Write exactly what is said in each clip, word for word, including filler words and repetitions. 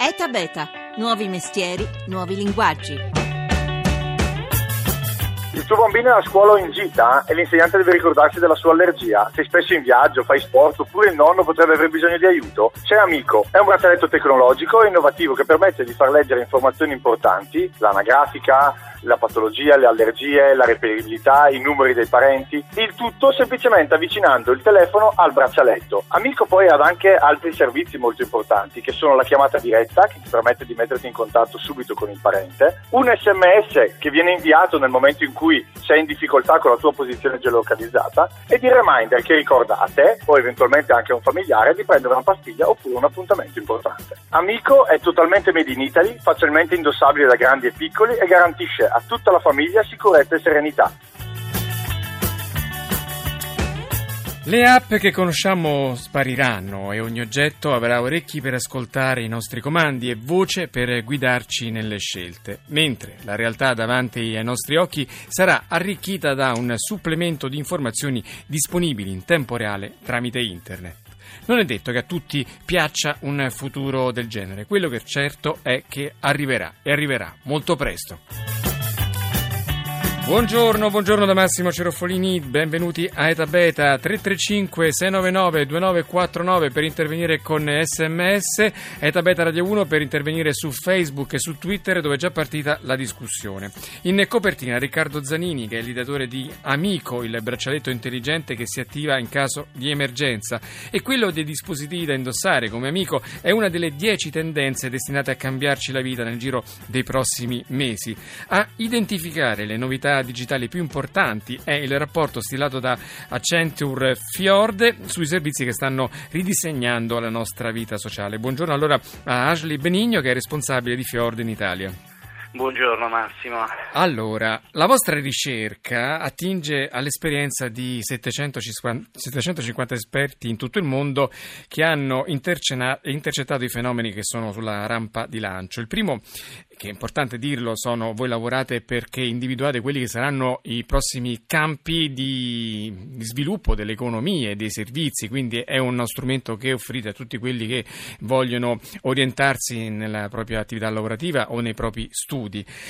ETA Beta, nuovi mestieri, nuovi linguaggi. Il tuo bambino è a scuola o in gita e l'insegnante deve ricordarsi della sua allergia. Sei spesso in viaggio, fai sport, oppure il nonno potrebbe aver bisogno di aiuto. C'è Amico, è un braccialetto tecnologico e innovativo che permette di far leggere informazioni importanti, l'anagrafica, la patologia, le allergie, la reperibilità, i numeri dei parenti, il tutto semplicemente avvicinando il telefono al braccialetto. Amico poi ha anche altri servizi molto importanti, che sono la chiamata diretta, che ti permette di metterti in contatto subito con il parente, un esse emme esse che viene inviato nel momento in cui sei in difficoltà con la tua posizione geolocalizzata, ed il reminder che ricorda a te o eventualmente anche a un familiare di prendere una pastiglia oppure un appuntamento importante. Amico è totalmente made in Italy, facilmente indossabile da grandi e piccoli e garantisce a tutta la famiglia sicurezza e serenità. Le app che conosciamo spariranno e ogni oggetto avrà orecchi per ascoltare i nostri comandi e voce per guidarci nelle scelte, mentre la realtà davanti ai nostri occhi sarà arricchita da un supplemento di informazioni disponibili in tempo reale tramite internet. Non è detto che a tutti piaccia un futuro del genere, quello che è certo è che arriverà e arriverà molto presto. Buongiorno, buongiorno da Massimo Cerofolini, benvenuti a ETA Beta. Tre tre cinque sei nove nove due nove quattro nove per intervenire con esse emme esse, ETA Beta Radio uno per intervenire su Facebook e su Twitter, dove è già partita la discussione. In copertina Riccardo Zanini, che è l'ideatore di Amico, il braccialetto intelligente che si attiva in caso di emergenza, e quello dei dispositivi da indossare come Amico è una delle dieci tendenze destinate a cambiarci la vita nel giro dei prossimi mesi. A identificare le novità digitali più importanti è il rapporto stilato da Accenture Fjord sui servizi che stanno ridisegnando la nostra vita sociale. Buongiorno allora a Ashley Benigno, che è responsabile di Fjord in Italia. Buongiorno Massimo. Allora, la vostra ricerca attinge all'esperienza di settecentocinquanta esperti in tutto il mondo che hanno intercettato i fenomeni che sono sulla rampa di lancio. Il primo, che è importante dirlo, sono voi lavorate perché individuate quelli che saranno i prossimi campi di, di sviluppo delle economie e dei servizi, quindi è uno strumento che offrite a tutti quelli che vogliono orientarsi nella propria attività lavorativa o nei propri studi.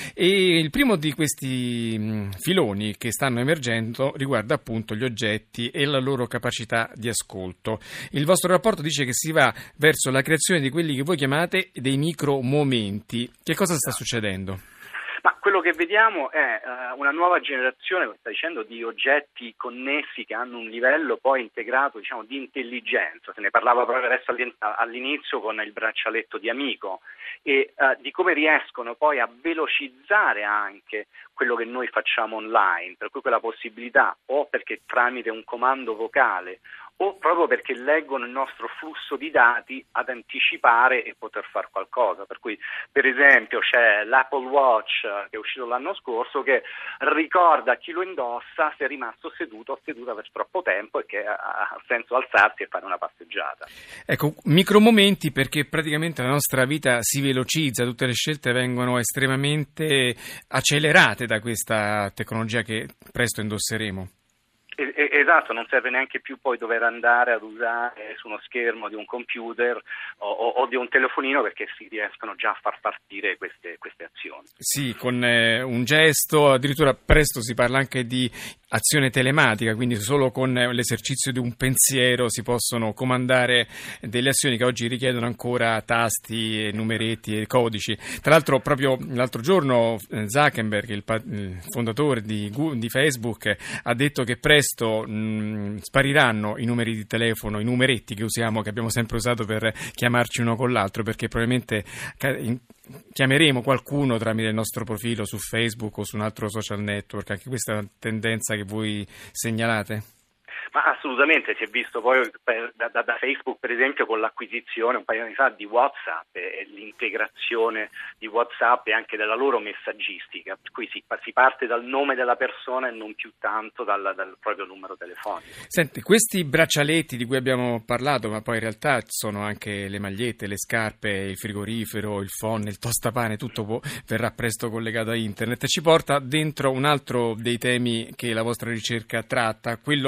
E il primo di questi mh, filoni che stanno emergendo riguarda appunto gli oggetti e la loro capacità di ascolto. Il vostro rapporto dice che si va verso la creazione di quelli che voi chiamate dei micro momenti. Che cosa sta succedendo? Ma quello che vediamo è uh, una nuova generazione, come sta dicendo, di oggetti connessi che hanno un livello poi integrato, diciamo, di intelligenza. Se ne parlava proprio adesso all'inizio con il braccialetto di Amico, e uh, di come riescono poi a velocizzare anche quello che noi facciamo online, per cui quella possibilità, o perché tramite un comando vocale o proprio perché leggono il nostro flusso di dati, ad anticipare e poter fare qualcosa. Per cui, per esempio, c'è l'Apple Watch che è uscito l'anno scorso che ricorda a chi lo indossa se è rimasto seduto o seduta per troppo tempo e che ha senso alzarsi e fare una passeggiata. Ecco, micromomenti, perché praticamente la nostra vita si velocizza, tutte le scelte vengono estremamente accelerate da questa tecnologia che presto indosseremo. Esatto, non serve neanche più poi dover andare ad usare su uno schermo di un computer o, o, o di un telefonino, perché si riescono già a far partire queste, queste azioni. Sì, con eh, un gesto, addirittura presto si parla anche di azione telematica, quindi solo con l'esercizio di un pensiero si possono comandare delle azioni che oggi richiedono ancora tasti, numeretti e codici. Tra l'altro proprio l'altro giorno Zuckerberg, il, il fondatore di, di Facebook, ha detto che presto mh, spariranno i numeri di telefono, i numeretti che usiamo, che abbiamo sempre usato per chiamarci uno con l'altro, perché probabilmente in, chiameremo qualcuno tramite il nostro profilo su Facebook o su un altro social network. Anche questa è una tendenza che voi segnalate? Ma assolutamente, si è visto poi per, da, da Facebook per esempio con l'acquisizione un paio di anni fa di WhatsApp e l'integrazione di WhatsApp e anche della loro messaggistica, per cui si, si parte dal nome della persona e non più tanto dal, dal proprio numero telefonico. Senti, questi braccialetti di cui abbiamo parlato, ma poi in realtà sono anche le magliette, le scarpe, il frigorifero, il phon, il tostapane, tutto può, verrà presto collegato a internet, ci porta dentro un altro dei temi che la vostra ricerca tratta, quello della salute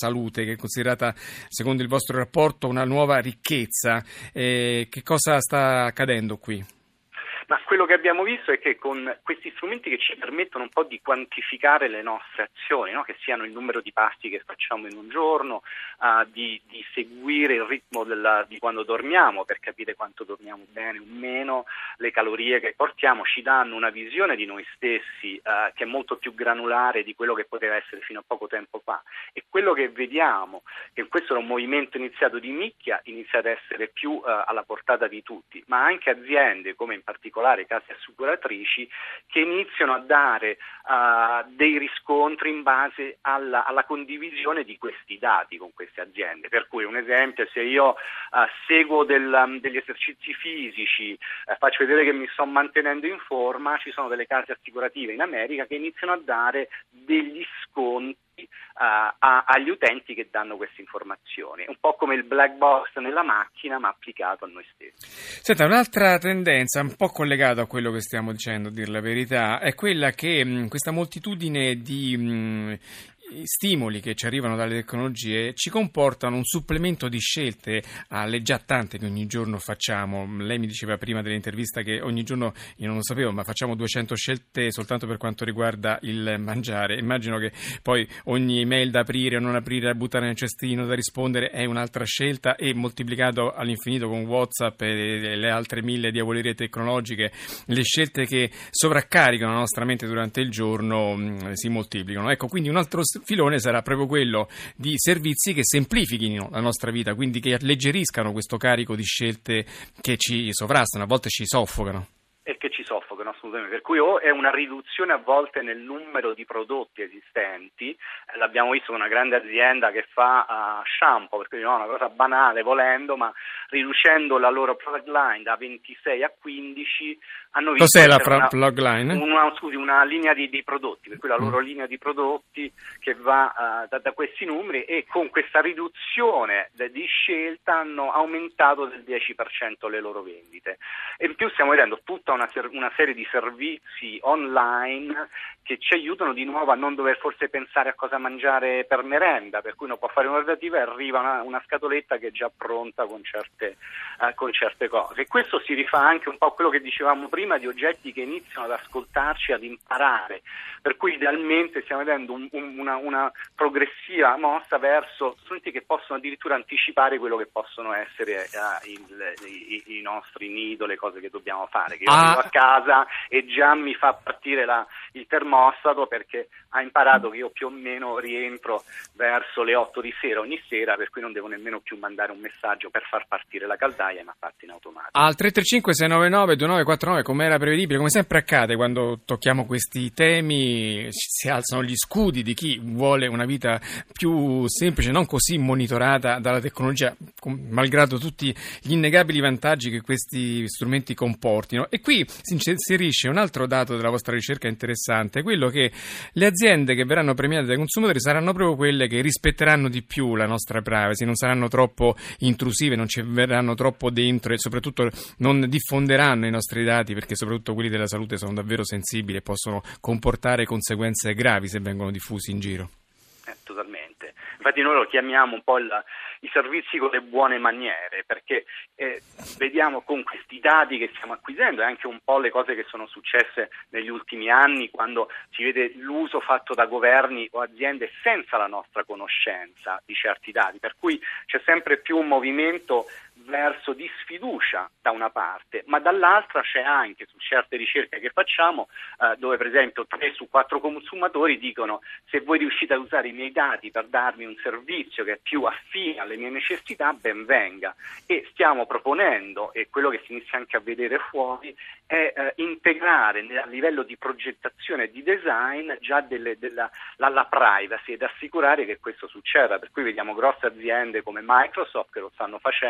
salute, che è considerata, secondo il vostro rapporto, una nuova ricchezza. Eh, che cosa sta accadendo qui? Ma quello che abbiamo visto è che con questi strumenti che ci permettono un po' di quantificare le nostre azioni, no? Che siano il numero di passi che facciamo in un giorno, uh, di, di seguire il ritmo della, di quando dormiamo per capire quanto dormiamo bene o meno, le calorie che portiamo, ci danno una visione di noi stessi uh, che è molto più granulare di quello che poteva essere fino a poco tempo fa. E quello che vediamo, che questo era un movimento iniziato di nicchia, inizia ad essere più uh, alla portata di tutti, ma anche aziende come in particolare case assicuratrici che iniziano a dare uh, dei riscontri in base alla, alla condivisione di questi dati con queste aziende. Per cui un esempio, se io uh, seguo del, um, degli esercizi fisici, uh, faccio vedere che mi sto mantenendo in forma, ci sono delle case assicurative in America che iniziano a dare degli sconti Uh, a, agli utenti che danno queste informazioni, un po' come il black box nella macchina ma applicato a noi stessi. Senta, un'altra tendenza un po' collegata a quello che stiamo dicendo, a dir la verità, è quella che mh, questa moltitudine di mh, stimoli che ci arrivano dalle tecnologie ci comportano un supplemento di scelte alle già tante che ogni giorno facciamo. Lei mi diceva prima dell'intervista che ogni giorno, io non lo sapevo, ma facciamo duecento scelte soltanto per quanto riguarda il mangiare. Immagino che poi ogni email da aprire o non aprire, da buttare nel cestino, da rispondere è un'altra scelta, e moltiplicato all'infinito con WhatsApp e le altre mille diavolerie tecnologiche, le scelte che sovraccaricano la nostra mente durante il giorno mh, si moltiplicano. Ecco, quindi un altro filone sarà proprio quello di servizi che semplifichino la nostra vita, quindi che alleggeriscano questo carico di scelte che ci sovrastano, a volte ci soffocano. E che ci soffocano assolutamente, per cui o è una riduzione a volte nel numero di prodotti esistenti, eh, l'abbiamo visto con una grande azienda che fa uh, shampoo, perché no, una cosa banale volendo, ma riducendo la loro product line da ventisei a quindici hanno visto cos'è la una, product line? Una, scusi, una linea di, di prodotti, per cui la loro mm. linea di prodotti che va uh, da, da questi numeri, e con questa riduzione de, di scelta hanno aumentato del dieci per cento le loro vendite. E in più stiamo vedendo tutta una, ser- una serie di servizi online che ci aiutano di nuovo a non dover forse pensare a cosa mangiare per merenda, per cui uno può fare un'ordativa e arriva una, una scatoletta che è già pronta con certe, eh, con certe cose. E questo si rifà anche un po' a quello che dicevamo prima di oggetti che iniziano ad ascoltarci, ad imparare, per cui idealmente stiamo vedendo un, un, una, una progressiva mossa verso strumenti che possono addirittura anticipare quello che possono essere eh, il, i, i nostri nido, le cose che dobbiamo fare, che io ah. arrivo a casa e già mi fa partire la, il termostato perché ha imparato che io più o meno rientro verso le otto di sera ogni sera, per cui non devo nemmeno più mandare un messaggio per far partire la caldaia, ma parte in automatico. Al tre tre cinque sei nove nove due nove quattro nove, come era prevedibile, come sempre accade quando tocchiamo questi temi, si alzano gli scudi di chi vuole una vita più semplice, non così monitorata dalla tecnologia, malgrado tutti gli innegabili vantaggi che questi strumenti comportino. E qui si inserisce un altro dato della vostra ricerca interessante, quello che le aziende che verranno premiate dai consumatori saranno proprio quelle che rispetteranno di più la nostra privacy, non saranno troppo intrusive, non ci verranno troppo dentro e soprattutto non diffonderanno i nostri dati, perché soprattutto quelli della salute sono davvero sensibili e possono comportare conseguenze gravi se vengono diffusi in giro. Eh, totalmente. Infatti noi lo chiamiamo un po' il, i servizi con le buone maniere, perché eh, vediamo con questi dati che stiamo acquisendo e anche un po' le cose che sono successe negli ultimi anni, quando si vede l'uso fatto da governi o aziende senza la nostra conoscenza di certi dati, per cui c'è sempre più un movimento verso di sfiducia da una parte, ma dall'altra c'è anche su certe ricerche che facciamo eh, dove per esempio tre su quattro consumatori dicono: se voi riuscite a usare i miei dati per darmi un servizio che è più affine alle mie necessità, ben venga. E stiamo proponendo, e quello che si inizia anche a vedere fuori, è eh, integrare a livello di progettazione e di design già delle, della la, la privacy ed assicurare che questo succeda, per cui vediamo grosse aziende come Microsoft che lo stanno facendo,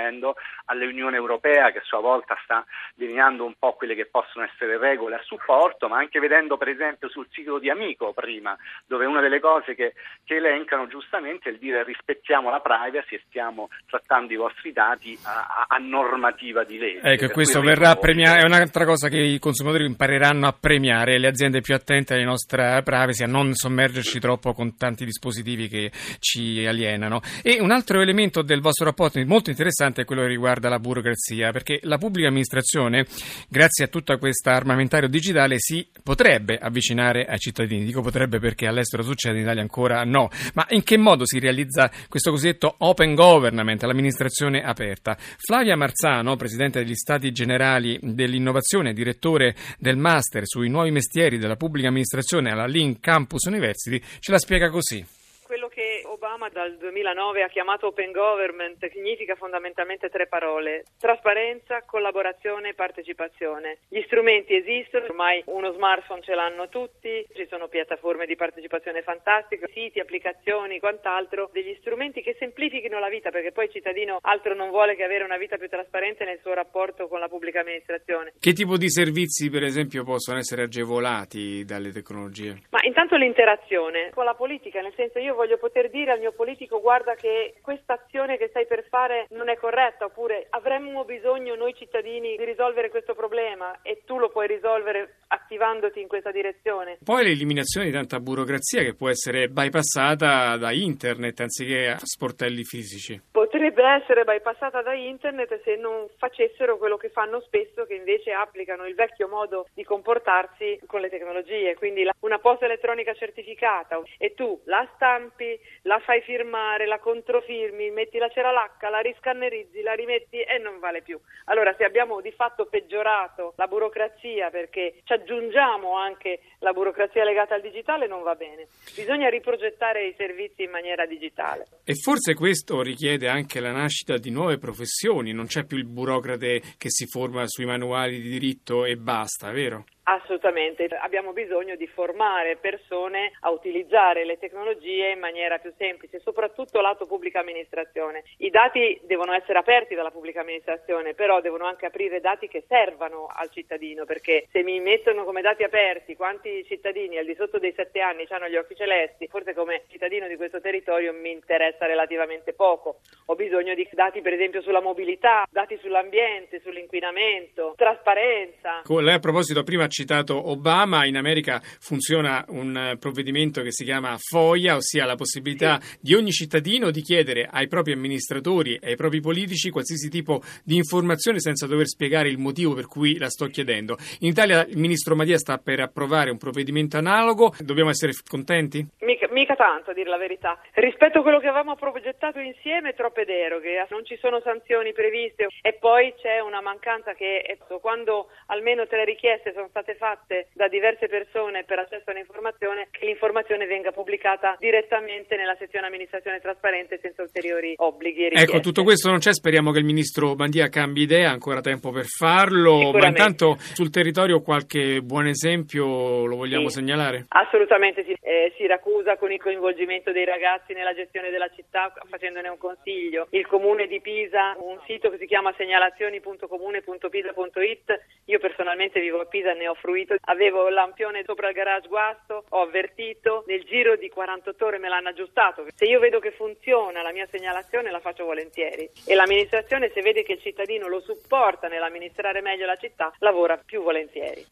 all'Unione Europea, che a sua volta sta delineando un po' quelle che possono essere regole a supporto, ma anche vedendo per esempio sul sito di Amico prima, dove una delle cose che, che elencano giustamente è il dire rispettiamo la privacy e stiamo trattando i vostri dati a, a normativa di legge. Ecco, questo verrà premiato, è un'altra cosa che i consumatori impareranno a premiare, le aziende più attente alla nostra privacy, a non sommergerci troppo con tanti dispositivi che ci alienano. E un altro elemento del vostro rapporto molto interessante è quello che riguarda la burocrazia, perché la pubblica amministrazione, grazie a tutta questa armamentario digitale, si potrebbe avvicinare ai cittadini. Dico potrebbe perché all'estero succede, in Italia ancora no. Ma in che modo si realizza questo cosiddetto open government, l'amministrazione aperta? Flavia Marzano, presidente degli Stati Generali dell'Innovazione, direttore del Master sui nuovi mestieri della pubblica amministrazione alla Link Campus University, ce la spiega così. Quello che Obama dal duemilanove ha chiamato open government significa fondamentalmente tre parole: trasparenza, collaborazione, partecipazione. Gli strumenti esistono, ormai uno smartphone ce l'hanno tutti, ci sono piattaforme di partecipazione fantastiche, siti, applicazioni, quant'altro, degli strumenti che semplifichino la vita, perché poi il cittadino altro non vuole che avere una vita più trasparente nel suo rapporto con la pubblica amministrazione. Che tipo di servizi, per esempio, possono essere agevolati dalle tecnologie? Ma intanto l'interazione con la politica, nel senso, io voglio poter dire al mio politico: guarda che questa azione che stai per fare non è corretta, oppure avremmo bisogno noi cittadini di risolvere questo problema e tu lo puoi risolvere attivandoti in questa direzione. Poi l'eliminazione di tanta burocrazia che può essere bypassata da internet anziché a sportelli fisici. Potrebbe essere bypassata da internet se non facessero quello che fanno spesso, che invece applicano il vecchio modo di comportarsi con le tecnologie, quindi la, una posta elettronica certificata, e tu la stampi, la fai firmare, la controfirmi, metti la ceralacca, la riscannerizzi, la rimetti e non vale più. Allora, se abbiamo di fatto peggiorato la burocrazia perché ci aggiungiamo anche la burocrazia legata al digitale, non va bene. Bisogna riprogettare i servizi in maniera digitale. E forse questo richiede anche la nascita di nuove professioni, non c'è più il burocrate che si forma sui manuali di diritto e basta, vero? Assolutamente, abbiamo bisogno di formare persone a utilizzare le tecnologie in maniera più semplice, soprattutto lato pubblica amministrazione. I dati devono essere aperti dalla pubblica amministrazione, però devono anche aprire dati che servano al cittadino, perché se mi mettono come dati aperti quanti cittadini al di sotto dei sette anni hanno gli occhi celesti, forse come cittadino di questo territorio mi interessa relativamente poco. Ho bisogno di dati per esempio sulla mobilità, dati sull'ambiente, sull'inquinamento, trasparenza. Lei a proposito prima citato Obama, in America funziona un provvedimento che si chiama FOIA, ossia la possibilità sì. di ogni cittadino di chiedere ai propri amministratori e ai propri politici qualsiasi tipo di informazione senza dover spiegare il motivo per cui la sto chiedendo. In Italia il ministro Madia sta per approvare un provvedimento analogo, dobbiamo essere contenti? Mica, mica tanto, a dire la verità. Rispetto a quello che avevamo progettato insieme, troppe deroghe, non ci sono sanzioni previste e poi c'è una mancanza che è quando almeno tre richieste sono state fatte da diverse persone per accesso all'informazione, che l'informazione venga pubblicata direttamente nella sezione amministrazione trasparente senza ulteriori obblighi e richieste. Ecco, tutto questo non c'è, speriamo che il ministro Madia cambi idea, ancora tempo per farlo, ma intanto sul territorio qualche buon esempio lo vogliamo sì. segnalare? Assolutamente sì. Eh, Siracusa con il coinvolgimento dei ragazzi nella gestione della città, facendone un consiglio. Il comune di Pisa, un sito che si chiama segnalazioni punto comune punto pisa punto it. Io personalmente vivo a Pisa, ne ho fruito. Avevo il lampione sopra il garage guasto, ho avvertito, nel giro di quarantotto ore me l'hanno aggiustato. Se io vedo che funziona la mia segnalazione la faccio volentieri, e l'amministrazione, se vede che il cittadino lo supporta nell'amministrare meglio la città, lavora più volentieri.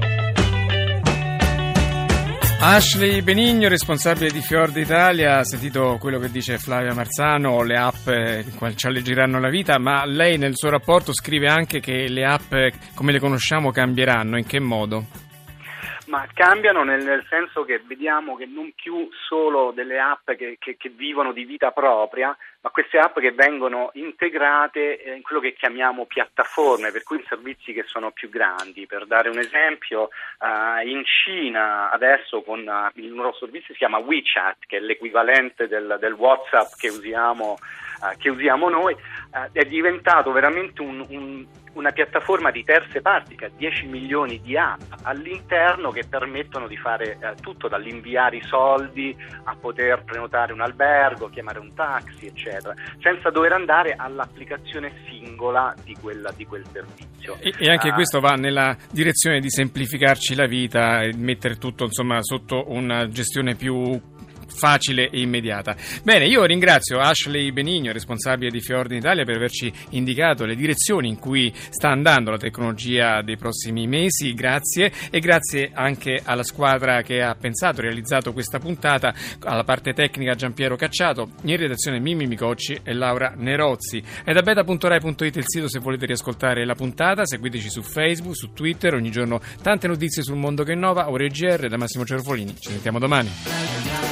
Ashley Benigno, responsabile di Fior d'Italia, ha sentito quello che dice Flavia Marzano, le app eh, ci alleggeranno la vita, ma lei nel suo rapporto scrive anche che le app come le conosciamo cambieranno, in che modo? Ma cambiano nel, nel senso che vediamo che non più solo delle app che, che, che vivono di vita propria, ma queste app che vengono integrate in quello che chiamiamo piattaforme, per cui in servizi che sono più grandi. Per dare un esempio, uh, in Cina adesso con uh, il nuovo servizio si chiama WeChat, che è l'equivalente del, del WhatsApp che usiamo, uh, che usiamo noi, uh, è diventato veramente un, un una piattaforma di terze parti che ha dieci milioni di app all'interno che permettono di fare eh, tutto, dall'inviare i soldi a poter prenotare un albergo, chiamare un taxi, eccetera, senza dover andare all'applicazione singola regola di, quella, di quel servizio. E, e anche uh, questo va nella direzione di semplificarci la vita e mettere tutto insomma sotto una gestione più facile e immediata. Bene, io ringrazio Ashley Benigno, responsabile di Fiordin Italia, per averci indicato le direzioni in cui sta andando la tecnologia dei prossimi mesi. Grazie, e grazie anche alla squadra che ha pensato e realizzato questa puntata, alla parte tecnica Giampiero Cacciato, in redazione Mimmi Micocci e Laura Nerozzi. È da beta punto rai punto it il sito se volete riascoltare la puntata. Seguiteci su Facebook, su Twitter, ogni giorno tante notizie sul mondo che innova. Ore G R da Massimo Cervolini, ci sentiamo domani.